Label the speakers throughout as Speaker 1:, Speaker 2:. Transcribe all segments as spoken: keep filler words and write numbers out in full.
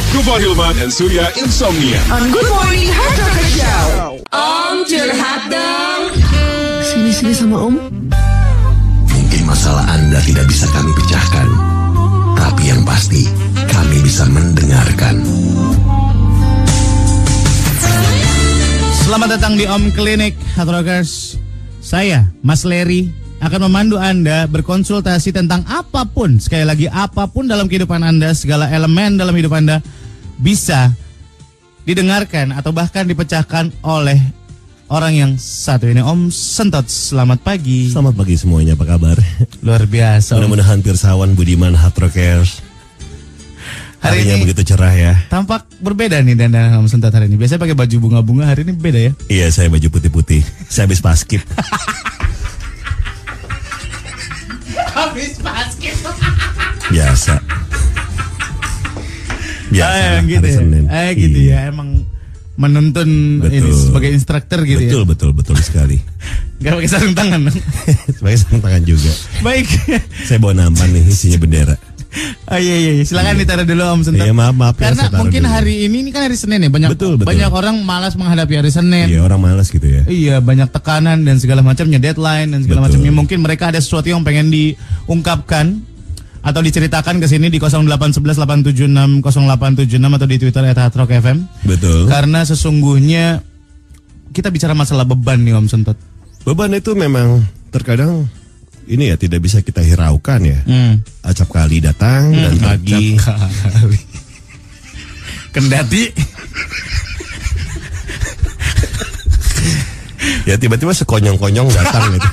Speaker 1: Gofar Hilman and Surya Insomnia
Speaker 2: on Good Morning Hard Rocker Show. Om curhat dong.
Speaker 3: Sini-sini sama Om.
Speaker 4: Mungkin masalah Anda tidak bisa kami pecahkan, tapi yang pasti kami bisa mendengarkan.
Speaker 5: Selamat datang di Om Klinik Hard Rockers. Saya, Mas Larry, akan memandu Anda berkonsultasi tentang apapun, sekali lagi apapun dalam kehidupan Anda, segala elemen dalam hidup Anda bisa didengarkan atau bahkan dipecahkan oleh orang yang satu ini. Om Sentot, selamat pagi.
Speaker 6: Selamat pagi semuanya, apa kabar?
Speaker 5: Luar biasa.
Speaker 6: Mudah-mudahan pirsawan budiman Hard Rockers
Speaker 5: hari
Speaker 6: harinya
Speaker 5: ini
Speaker 6: begitu cerah ya.
Speaker 5: Tampak berbeda nih dandan Om Sentot hari ini. Biasanya pakai baju bunga-bunga, hari ini beda ya?
Speaker 6: Iya, saya baju putih-putih. Saya habis paskib.
Speaker 5: Habis basket.
Speaker 6: Biasa. Biasa.
Speaker 5: Ah, gitu
Speaker 6: hari
Speaker 5: ya.
Speaker 6: Senin.
Speaker 5: Eh gitu
Speaker 6: Iya.
Speaker 5: ya, emang menuntun
Speaker 6: Betul.
Speaker 5: ini sebagai instruktur gitu
Speaker 6: betul,
Speaker 5: ya.
Speaker 6: Betul, betul, betul sekali.
Speaker 5: Gak pakai sarung tangan.
Speaker 6: Sebagai sarung tangan juga.
Speaker 5: Baik.
Speaker 6: Saya bawa nampan nih, isinya bendera.
Speaker 5: Oh iya iya, silakan
Speaker 6: Iya.
Speaker 5: ditaruh dulu Om Sentot.
Speaker 6: Iya, maaf, maaf ya,
Speaker 5: Karena
Speaker 6: saya taruh
Speaker 5: mungkin
Speaker 6: dulu.
Speaker 5: hari ini ini kan hari Senin ya, banyak
Speaker 6: Betul, betul.
Speaker 5: banyak orang malas menghadapi hari Senin.
Speaker 6: Iya, orang malas gitu ya.
Speaker 5: Iya, banyak tekanan dan segala macamnya, deadline dan segala
Speaker 6: Betul.
Speaker 5: macamnya. Mungkin mereka ada sesuatu yang pengen diungkapkan atau diceritakan ke sini di nol delapan satu satu delapan tujuh enam nol delapan tujuh enam atau di Twitter et hard rock f m.
Speaker 6: Betul.
Speaker 5: Karena sesungguhnya kita bicara masalah beban nih Om Sentot.
Speaker 6: Beban itu memang terkadang ini ya tidak bisa kita hiraukan ya.
Speaker 5: Hmm.
Speaker 6: Acap kali datang dan pergi.
Speaker 5: Kali. Kendati.
Speaker 6: Ya tiba-tiba sekonyong-konyong datang gitu.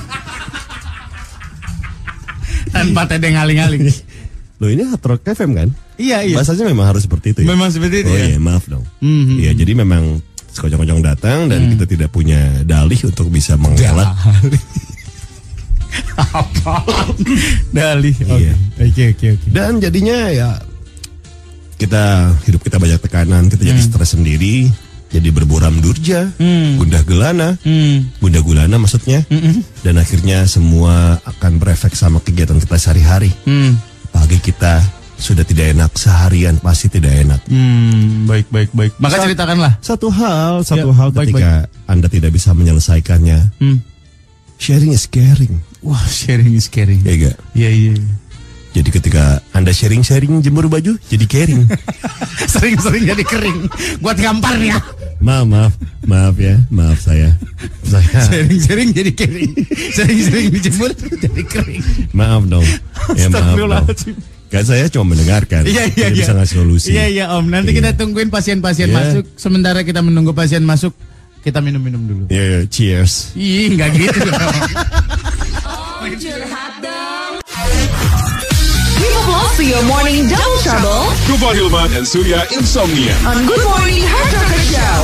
Speaker 5: Tanpa tedeng aling-aling.
Speaker 6: Loh, ini Hard Rock F M kan?
Speaker 5: Iya iya.
Speaker 6: Bahasanya memang harus seperti itu ya?
Speaker 5: Memang seperti itu
Speaker 6: Oh
Speaker 5: ya.
Speaker 6: iya, maaf dong.
Speaker 5: Mhm.
Speaker 6: Iya, jadi memang sekonyong-konyong datang dan kita tidak punya dalih untuk bisa mengelak.
Speaker 5: Apa? Dalih.
Speaker 6: Iya.
Speaker 5: Oke oke oke.
Speaker 6: Dan jadinya ya kita hidup kita banyak tekanan, kita jadi stres sendiri, jadi berburam durja, gundah gelana,
Speaker 5: Hmm.
Speaker 6: bunda gulana maksudnya. Dan akhirnya semua akan berefek sama kegiatan kita sehari-hari.
Speaker 5: Hmm.
Speaker 6: Pagi kita sudah tidak enak, seharian pasti tidak enak.
Speaker 5: Hmm, baik baik baik. Maka
Speaker 6: Sa-
Speaker 5: ceritakanlah.
Speaker 6: Satu hal, satu
Speaker 5: Ya,
Speaker 6: hal
Speaker 5: baik,
Speaker 6: ketika Anda tidak bisa menyelesaikannya,
Speaker 5: Hmm.
Speaker 6: sharing is caring.
Speaker 5: Wah, sharing is caring.
Speaker 6: Ya enggak?
Speaker 5: Iya iya. iya.
Speaker 6: Jadi ketika Anda sharing-sharing jemur baju, jadi caring.
Speaker 5: Sering-sering jadi kering. Buat gamparnya.
Speaker 6: Maaf, maaf, maaf ya, maaf saya. Saya,
Speaker 5: Sering-sering jadi kering. Sering-sering dijemur jadi kering.
Speaker 6: maaf dong. Ya maaf dong.
Speaker 5: Astagfirullahaladzim.
Speaker 6: Kan saya cuma mendengarkan.
Speaker 5: Iya iya
Speaker 6: Tidak
Speaker 5: iya.
Speaker 6: bisa ngasih solusi.
Speaker 5: Iya iya Om. Nanti
Speaker 6: Iya.
Speaker 5: kita tungguin pasien-pasien
Speaker 6: Iya.
Speaker 5: masuk. Sementara kita menunggu pasien masuk, kita minum-minum dulu.
Speaker 6: Iya, iya, cheers.
Speaker 5: Ih, enggak gitu dong.
Speaker 2: Om curhat dong. Keep up close to your morning double trouble
Speaker 1: Gofar Hilman and Surya Insomnia
Speaker 2: on Good Morning Hard Rocker Show.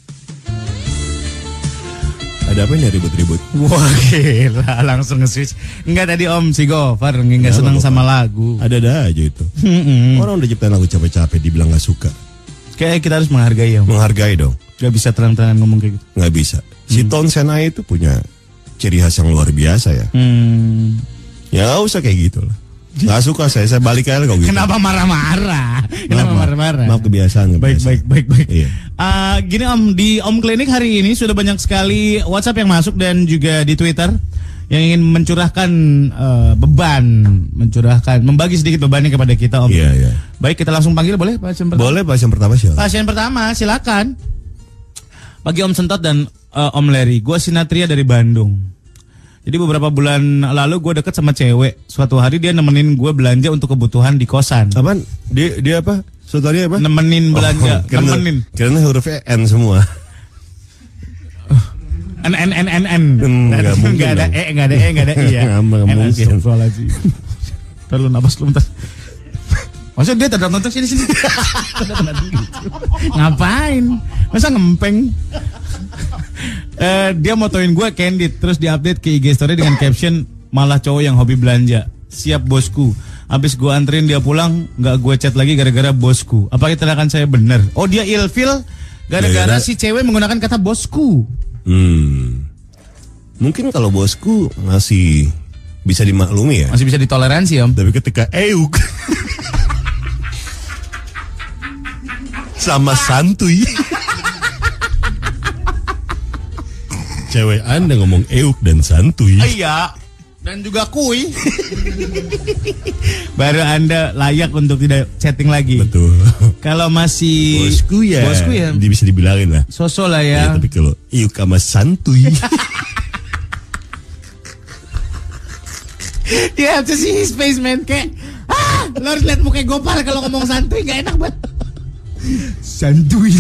Speaker 6: Ada apa ini ribut-ribut?
Speaker 5: Wah gila, langsung nge-switch. Enggak tadi Om si Gofar enggak
Speaker 6: Kenapa,
Speaker 5: senang
Speaker 6: Gofar?
Speaker 5: sama lagu.
Speaker 6: Ada-ada aja itu.
Speaker 5: Mm-mm.
Speaker 6: Orang udah ciptain lagu capek-capek, dibilang gak suka.
Speaker 5: Kayak kita harus menghargai ya Om.
Speaker 6: Menghargai dong.
Speaker 5: Gak bisa terang-terangan ngomong kayak gitu.
Speaker 6: Nggak bisa. Si
Speaker 5: Hmm.
Speaker 6: Ton Senai itu punya ciri khas yang luar biasa ya.
Speaker 5: Hmm.
Speaker 6: Ya nggak usah kayak gitu lah. Nggak suka saya, saya balik aja kalau gitu.
Speaker 5: Kenapa marah-marah? Kenapa
Speaker 6: maaf.
Speaker 5: marah-marah?
Speaker 6: Maaf, kebiasaan,
Speaker 5: Baik,
Speaker 6: kebiasaan.
Speaker 5: baik, baik, baik.
Speaker 6: Iya.
Speaker 5: Ah, gini Om, di Om Klinik hari ini sudah banyak sekali WhatsApp yang masuk dan juga di Twitter yang ingin mencurahkan eh, beban, mencurahkan, membagi sedikit bebannya kepada kita Om.
Speaker 6: Iya, iya.
Speaker 5: Baik, kita langsung panggil boleh pasien pertama?
Speaker 6: Boleh pasien pertama siapa?
Speaker 5: Pasien pertama, silakan. Pagi Om Sentot dan eh, Om Larry. Gue Sinatria dari Bandung. Jadi beberapa bulan lalu gue deket sama cewek. Suatu hari dia nemenin gue belanja untuk kebutuhan di kosan.
Speaker 6: Apaan? Dia dia apa? Saudari apa?
Speaker 5: Nemenin belanja,
Speaker 6: karena,
Speaker 5: nemenin.
Speaker 6: Karena hurufnya N semua.
Speaker 5: N N N N N.
Speaker 6: Hmm, nggak mungkin
Speaker 5: Nggak ada
Speaker 6: dong.
Speaker 5: E, nggak ada E, nggak ada I ya.
Speaker 6: Nggak
Speaker 5: N,
Speaker 6: mungkin.
Speaker 5: astagfirullahaladzim. Ntar lu napas lu bentar. Maksudnya dia terdapat nonton sini sini. Ngapain? Masa ngempeng? Eh, dia motoin gue candid, terus diupdate ke I G story dengan caption malah cowok yang hobi belanja. Siap bosku. Abis gue anterin dia pulang, nggak gue chat lagi gara-gara bosku. Apa tindakan saya benar? Oh dia ilfil gara-gara
Speaker 6: Gara-gara-
Speaker 5: si cewek menggunakan kata bosku.
Speaker 6: Hmm. Mungkin kalau bosku masih bisa dimaklumi ya.
Speaker 5: Masih bisa ditoleransi Om.
Speaker 6: Tapi ketika euk sama santuy. Cewek Anda ngomong euk dan santuy.
Speaker 5: Iya. Dan juga kuy. Baru Anda layak untuk tidak chatting lagi.
Speaker 6: Betul.
Speaker 5: Kalau masih
Speaker 6: Bosku ya.
Speaker 5: Bosku ya.
Speaker 6: Dia bisa dibilangin lah.
Speaker 5: Sosok lah
Speaker 6: Ya,
Speaker 5: ya.
Speaker 6: tapi kalau euk sama santuy.
Speaker 5: You have to see his face, man. Kayak ah, lo harus lihat muka Gopal kalau ngomong santuy, gak enak banget. Santuy.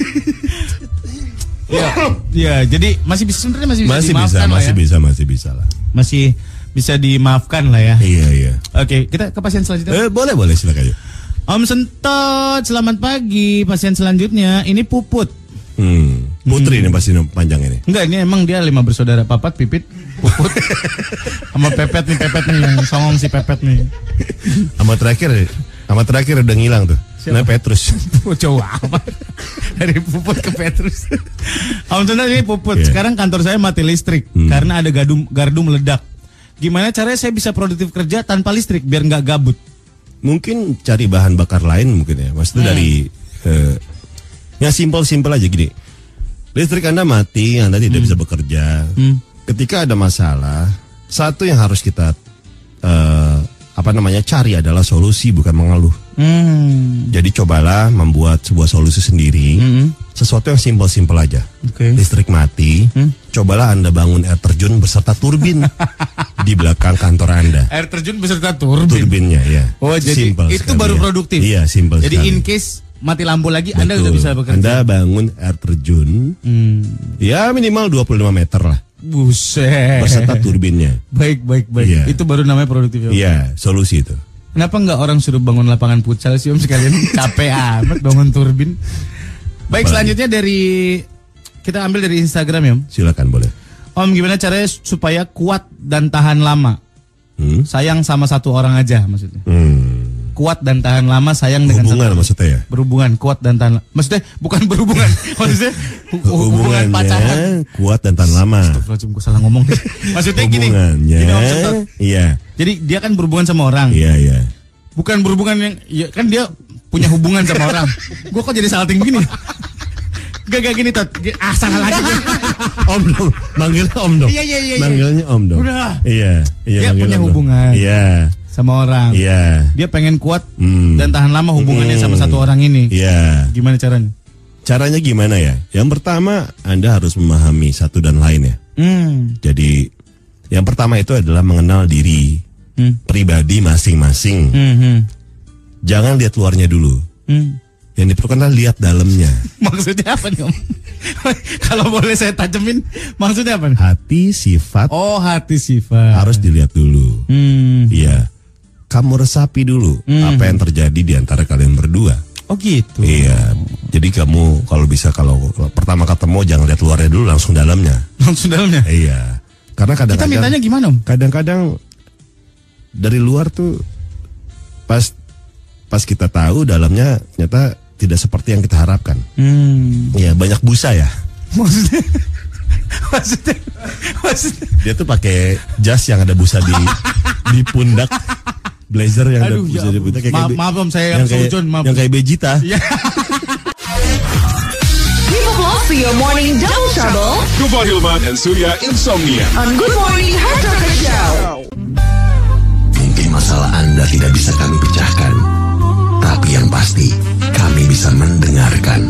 Speaker 5: Ya, ya, jadi masih bisa sebenarnya masih bisa
Speaker 6: Masih bisa,
Speaker 5: dimaafkan lah
Speaker 6: masih
Speaker 5: ya.
Speaker 6: bisa, masih bisa lah.
Speaker 5: Masih bisa dimaafkan lah ya.
Speaker 6: Iya, iya.
Speaker 5: Oke, kita ke pasien selanjutnya.
Speaker 6: Eh, boleh, boleh, silakan.
Speaker 5: Om Sentot, selamat pagi. Pasien selanjutnya ini Puput.
Speaker 6: Hmm. Putri nih pasti panjang ini.
Speaker 5: Enggak, ini emang dia lima bersaudara, Papat, Pipit, Puput, sama Pepet nih, Pepet nih yang songong si Pepet nih.
Speaker 6: Sama terakhir, sama terakhir udah ngilang tuh. Nah, Petrus.
Speaker 5: Oh, jauh amat. Dari Puput ke Petrus. Om Sentot ini Puput.
Speaker 6: Yeah.
Speaker 5: Sekarang kantor saya mati listrik
Speaker 6: Hmm.
Speaker 5: karena ada gardu gardu meledak. Gimana caranya saya bisa produktif kerja tanpa listrik biar nggak gabut?
Speaker 6: Mungkin cari bahan bakar lain mungkin ya. Maksudnya
Speaker 5: Hmm.
Speaker 6: dari eh, yang simpel-simpel aja gini. Listrik Anda mati, Anda tidak
Speaker 5: Hmm.
Speaker 6: bisa bekerja.
Speaker 5: Hmm.
Speaker 6: Ketika ada masalah, satu yang harus kita eh, apa namanya cari adalah solusi, bukan mengeluh.
Speaker 5: Hmm.
Speaker 6: Jadi cobalah membuat sebuah solusi sendiri,
Speaker 5: Hmm.
Speaker 6: sesuatu yang simpel-simpel aja.
Speaker 5: Oke.
Speaker 6: Listrik mati,
Speaker 5: Hmm.
Speaker 6: cobalah Anda bangun air terjun beserta turbin di belakang kantor Anda.
Speaker 5: Air terjun beserta turbin.
Speaker 6: Turbinnya ya.
Speaker 5: Oh, jadi
Speaker 6: Simple
Speaker 5: itu
Speaker 6: sekali,
Speaker 5: baru
Speaker 6: ya.
Speaker 5: produktif.
Speaker 6: Iya, simpel
Speaker 5: Jadi
Speaker 6: sekali.
Speaker 5: in case mati lampu lagi Anda
Speaker 6: Betul.
Speaker 5: udah bisa bekerja.
Speaker 6: Anda bangun air terjun,
Speaker 5: Hmm.
Speaker 6: ya minimal dua puluh lima meter lah,
Speaker 5: Buset.
Speaker 6: beserta turbinnya.
Speaker 5: Baik, baik, baik.
Speaker 6: Iya.
Speaker 5: Itu baru namanya produktif ya. Om?
Speaker 6: Iya, solusi itu.
Speaker 5: Kenapa nggak orang suruh bangun lapangan futsal sih Om sekalian? Capek amat bangun turbin. Baik,
Speaker 6: Apalagi?
Speaker 5: selanjutnya dari kita ambil dari Instagram ya Om.
Speaker 6: Silakan boleh.
Speaker 5: Om, gimana caranya supaya kuat dan tahan lama?
Speaker 6: Hmm?
Speaker 5: Sayang sama satu orang aja maksudnya.
Speaker 6: Hmm.
Speaker 5: Kuat dan tahan lama, sayang dengan
Speaker 6: Hubungan
Speaker 5: satu.
Speaker 6: maksudnya ya?
Speaker 5: Berhubungan, kuat dan tahan. Maksudnya bukan berhubungan, maksudnya hu- hu- hubungan pacaran.
Speaker 6: Hubungannya kuat dan tahan lama.
Speaker 5: Astagfirullahaladzim, gue salah ngomong. Maksudnya gini,
Speaker 6: Hubungannya,
Speaker 5: gini Om Sentot.
Speaker 6: iya,
Speaker 5: Jadi dia kan berhubungan sama orang.
Speaker 6: iya, iya.
Speaker 5: Bukan berhubungan yang, ya kan dia punya hubungan sama orang. Gue kok jadi salting gini? Gak, gak gini Tot. Ah, salah lagi.
Speaker 6: Om dong, manggilnya Om dong.
Speaker 5: Iya, iya, iya, iya.
Speaker 6: Manggilnya Om dong.
Speaker 5: Udah.
Speaker 6: Iya, iya.
Speaker 5: Dia
Speaker 6: manggilnya
Speaker 5: punya
Speaker 6: Om dong.
Speaker 5: hubungan.
Speaker 6: Iya,
Speaker 5: Sama orang.
Speaker 6: iya.
Speaker 5: Dia pengen kuat
Speaker 6: Hmm.
Speaker 5: dan tahan lama hubungannya sama
Speaker 6: Hmm.
Speaker 5: satu orang ini.
Speaker 6: Iya.
Speaker 5: Gimana caranya?
Speaker 6: Caranya gimana ya? Yang pertama, Anda harus memahami satu dan lain ya.
Speaker 5: Hmm.
Speaker 6: Jadi, yang pertama itu adalah mengenal diri
Speaker 5: Hmm.
Speaker 6: pribadi masing-masing.
Speaker 5: Hmm. Hmm.
Speaker 6: Jangan lihat luarnya dulu.
Speaker 5: Hmm.
Speaker 6: Yang diperlukan adalah lihat dalamnya.
Speaker 5: Maksudnya apa nih Om? Kalau boleh saya tajemin, maksudnya apa nih?
Speaker 6: Hati, sifat
Speaker 5: Oh, hati sifat.
Speaker 6: harus dilihat dulu.
Speaker 5: Hmm.
Speaker 6: Iya. Kamu resapi dulu
Speaker 5: Hmm.
Speaker 6: apa yang terjadi di antara kalian berdua.
Speaker 5: Oh gitu.
Speaker 6: Iya. Jadi kamu kalau bisa kalau kalau pertama ketemu jangan lihat luarnya dulu, langsung dalamnya.
Speaker 5: Langsung dalamnya.
Speaker 6: Iya. Karena
Speaker 5: Kita
Speaker 6: kadang-kadang
Speaker 5: mintanya gimana Om?
Speaker 6: kadang-kadang dari luar tuh pas pas kita tahu dalamnya ternyata tidak seperti yang kita harapkan.
Speaker 5: Hmm.
Speaker 6: Iya, banyak busa ya.
Speaker 5: Maksudnya, maksudnya, maksudnya.
Speaker 6: Dia tuh pakai jas yang ada busa di di pundak, blazer yang
Speaker 5: Aduh,
Speaker 6: ada busa
Speaker 5: ya
Speaker 6: di
Speaker 5: ampun.
Speaker 6: pundak.
Speaker 5: Maaf, maaf Om, saya yang
Speaker 6: kayak,
Speaker 5: seujon, maaf.
Speaker 6: yang kayak Vegeta.
Speaker 5: Ya.
Speaker 2: Keep up close to your morning double trouble
Speaker 1: Gopal Hilman and Surya Insomnia.
Speaker 2: on Good Morning Hard Rocker Show.
Speaker 4: Mungkin masalah Anda tidak bisa kami pecahkan, tapi yang pasti kami bisa mendengarkan.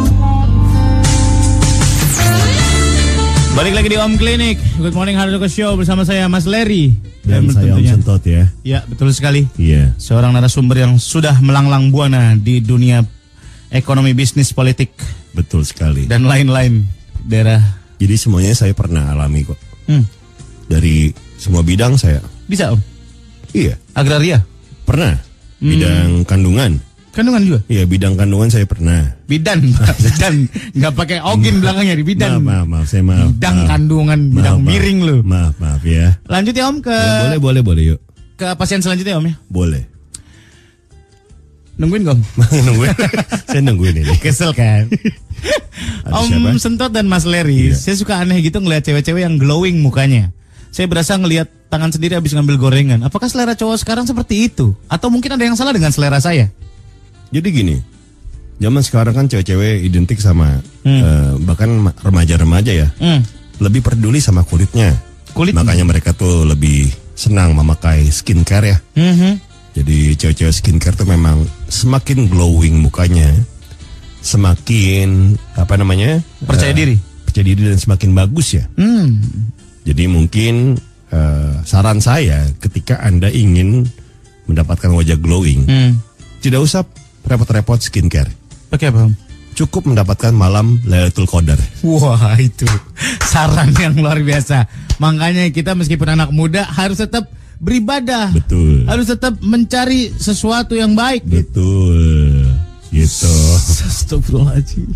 Speaker 5: Balik lagi di Om Klinik. Good Morning Hard Rocker Show bersama saya Mas Larry.
Speaker 6: Dan saya Om
Speaker 5: tentunya-
Speaker 6: Sentot ya.
Speaker 5: Ya, betul sekali.
Speaker 6: Iya.
Speaker 5: Seorang narasumber yang sudah melanglang buana di dunia ekonomi, bisnis, politik,
Speaker 6: Betul sekali.
Speaker 5: dan lain-lain daerah.
Speaker 6: Jadi semuanya saya pernah alami kok.
Speaker 5: Hmm.
Speaker 6: Dari semua bidang saya.
Speaker 5: Bisa Om?
Speaker 6: Iya,
Speaker 5: Agraria?
Speaker 6: pernah.
Speaker 5: Hmm.
Speaker 6: Bidang kandungan.
Speaker 5: Kandungan juga?
Speaker 6: Iya, bidang kandungan saya pernah.
Speaker 5: Bidan, bidan. Nggak pakai ogin belakangnya di bidan.
Speaker 6: Maaf, maaf, maaf, saya maaf.
Speaker 5: Bidang
Speaker 6: maaf.
Speaker 5: kandungan,
Speaker 6: Maaf,
Speaker 5: bidang
Speaker 6: maaf.
Speaker 5: miring lu.
Speaker 6: Maaf, maaf ya.
Speaker 5: Lanjut ya Om ke
Speaker 6: Ya, boleh, boleh, boleh yuk.
Speaker 5: ke pasien selanjutnya Om ya.
Speaker 6: Boleh.
Speaker 5: Nungguin gak Om?
Speaker 6: nungguin. Saya nungguin ini.
Speaker 5: Kesel kan?
Speaker 6: Ada
Speaker 5: Om
Speaker 6: siapa?
Speaker 5: Sentot dan Mas Larry,
Speaker 6: Iya.
Speaker 5: saya suka aneh gitu ngelihat cewek-cewek yang glowing mukanya. Saya berasa ngelihat tangan sendiri habis ngambil gorengan. Apakah selera cowok sekarang seperti itu? Atau mungkin ada yang salah dengan selera saya?
Speaker 6: Jadi gini, Zaman sekarang kan cewek-cewek identik sama
Speaker 5: Hmm.
Speaker 6: eh, bahkan ma- remaja-remaja ya.
Speaker 5: Hmm.
Speaker 6: Lebih peduli sama kulitnya.
Speaker 5: Kulit.
Speaker 6: Makanya mereka tuh lebih senang memakai skincare ya.
Speaker 5: Mhm.
Speaker 6: Jadi cewek-cewek skincare tuh memang semakin glowing mukanya, semakin apa namanya
Speaker 5: Percaya
Speaker 6: eh,
Speaker 5: diri.
Speaker 6: percaya diri dan semakin bagus ya.
Speaker 5: Hmm.
Speaker 6: Jadi mungkin eh, saran saya ketika Anda ingin mendapatkan wajah glowing,
Speaker 5: Hmm.
Speaker 6: tidak usah repot-repot skincare.
Speaker 5: Pakai apa, Om?
Speaker 6: Cukup mendapatkan malam Lailatul Qadar.
Speaker 5: Wah, itu saran yang luar biasa. Makanya kita meskipun anak muda harus tetap beribadah.
Speaker 6: Betul.
Speaker 5: Harus tetap mencari sesuatu yang baik.
Speaker 6: Betul. Gitu.
Speaker 5: Astagfirullahaladzim.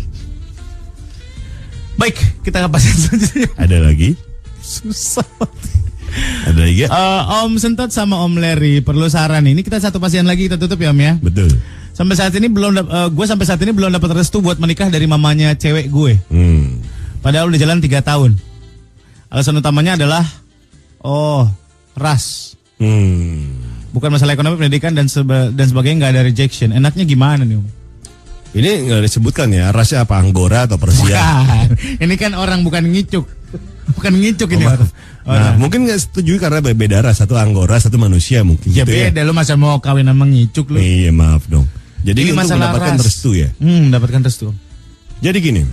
Speaker 5: Baik, kita ke pasien selanjutnya.
Speaker 6: Ada lagi?
Speaker 5: Susah.
Speaker 6: Ada lagi ya?
Speaker 5: Eh, Om Sentot sama Om Larry perlu saran. Ini kita satu pasien lagi kita tutup ya Om ya.
Speaker 6: Betul.
Speaker 5: Sampai saat ini belum dap- eh, gue sampai saat ini belum dapat restu buat menikah dari mamanya cewek gue.
Speaker 6: Hmm.
Speaker 5: Padahal udah jalan tiga tahun. Alasan utamanya adalah oh ras,
Speaker 6: Hmm.
Speaker 5: bukan masalah ekonomi, pendidikan dan seba- dan sebagainya, nggak ada rejection. Enaknya gimana nih Om?
Speaker 6: Ini nggak disebutkan ya rasnya apa, Anggora atau Persia?
Speaker 5: Bukan. Ini kan orang bukan ngicuk, bukan ngicuk ini.
Speaker 6: Oh,
Speaker 5: Orang.
Speaker 6: nah, mungkin nggak setuju karena beda ras, satu Anggora, satu manusia mungkin.
Speaker 5: Ya
Speaker 6: gitu ya.
Speaker 5: beda, lu masa mau kawin sama ngicuk lu?
Speaker 6: Iya maaf dong. Jadi
Speaker 5: Ini
Speaker 6: untuk
Speaker 5: masalah
Speaker 6: mendapatkan
Speaker 5: ras.
Speaker 6: restu ya.
Speaker 5: Hmm, mendapatkan restu.
Speaker 6: Jadi gini,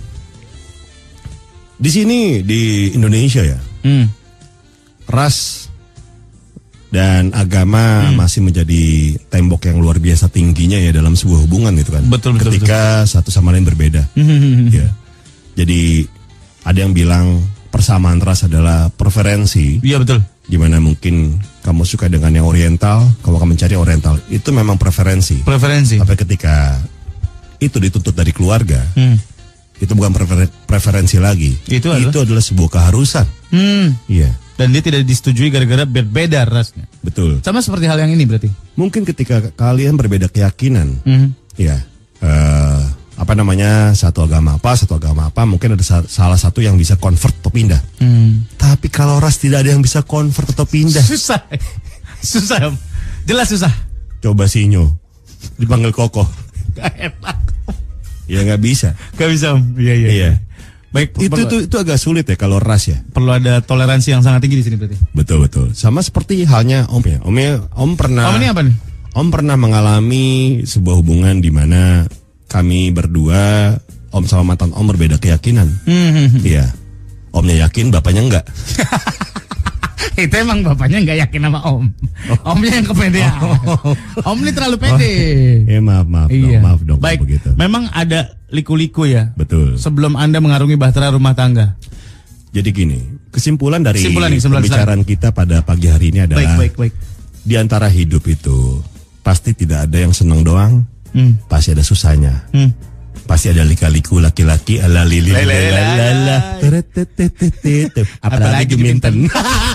Speaker 6: di sini di Indonesia ya,
Speaker 5: Hmm.
Speaker 6: ras dan agama
Speaker 5: Hmm.
Speaker 6: masih menjadi tembok yang luar biasa tingginya ya dalam sebuah hubungan itu kan.
Speaker 5: Betul, betul,
Speaker 6: Ketika satu sama lain berbeda.
Speaker 5: Hmm.
Speaker 6: Ya. Jadi ada yang bilang persamaan ras adalah preferensi.
Speaker 5: Iya betul.
Speaker 6: Gimana mungkin kamu suka dengan yang oriental, kamu akan mencari oriental. Itu memang preferensi.
Speaker 5: Preferensi.
Speaker 6: Tapi ketika itu dituntut dari keluarga,
Speaker 5: Hmm.
Speaker 6: itu bukan prefer- preferensi lagi.
Speaker 5: Itu adalah?
Speaker 6: itu adalah sebuah keharusan.
Speaker 5: Hmm.
Speaker 6: Iya,
Speaker 5: Dan dia tidak disetujui gara-gara berbeda rasnya.
Speaker 6: betul.
Speaker 5: Sama seperti hal yang ini berarti.
Speaker 6: Mungkin ketika kalian berbeda keyakinan,
Speaker 5: Hmm.
Speaker 6: ya, eh, apa namanya, satu agama apa, satu agama apa, mungkin ada sa- salah satu yang bisa convert atau pindah.
Speaker 5: Hmm.
Speaker 6: Tapi kalau ras tidak ada yang bisa convert atau pindah.
Speaker 5: Susah. Susah. Om. Jelas susah.
Speaker 6: Coba Sinyo dipanggil Koko,
Speaker 5: Gak enak.
Speaker 6: ya nggak bisa.
Speaker 5: Gak bisa Om. Iya iya.
Speaker 6: Iya.
Speaker 5: Baik.
Speaker 6: Itu
Speaker 5: perlu,
Speaker 6: itu itu agak sulit ya kalau ras ya.
Speaker 5: perlu ada toleransi yang sangat tinggi di sini berarti.
Speaker 6: Betul betul. Sama seperti halnya Om ya. Om ya, Om pernah.
Speaker 5: Om ini apa nih?
Speaker 6: Om pernah mengalami sebuah hubungan di mana kami berdua, Om sama mantan Om berbeda keyakinan.
Speaker 5: Hmm.
Speaker 6: Iya. Omnya yakin, bapaknya enggak.
Speaker 5: Itu emang bapaknya nggak yakin sama Om. Omnya yang kepedean. Om ini terlalu pede.
Speaker 6: Eh maaf maaf dong,
Speaker 5: Iya.
Speaker 6: maaf dong kalau
Speaker 5: Baik.
Speaker 6: begitu.
Speaker 5: Memang ada liku-liku ya.
Speaker 6: Betul.
Speaker 5: Sebelum Anda mengarungi bahtera rumah tangga.
Speaker 6: Jadi gini, kesimpulan dari
Speaker 5: Kesimpulan nih, kesimpulan
Speaker 6: pembicaraan kita pada pagi hari ini adalah
Speaker 5: Baik baik baik.
Speaker 6: di antara hidup itu pasti tidak ada yang senang doang,
Speaker 5: Hmm.
Speaker 6: pasti ada susahnya.
Speaker 5: Hmm.
Speaker 6: Pasti ada lika-liku laki-laki ala lili
Speaker 5: Lele,
Speaker 6: lalala teretetetetet. Apalagi geminten.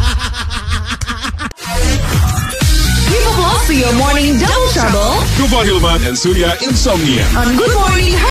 Speaker 2: Keep up close to your morning double trouble
Speaker 1: Gufar Hilman and Surya Insomnia.
Speaker 2: on Good Morning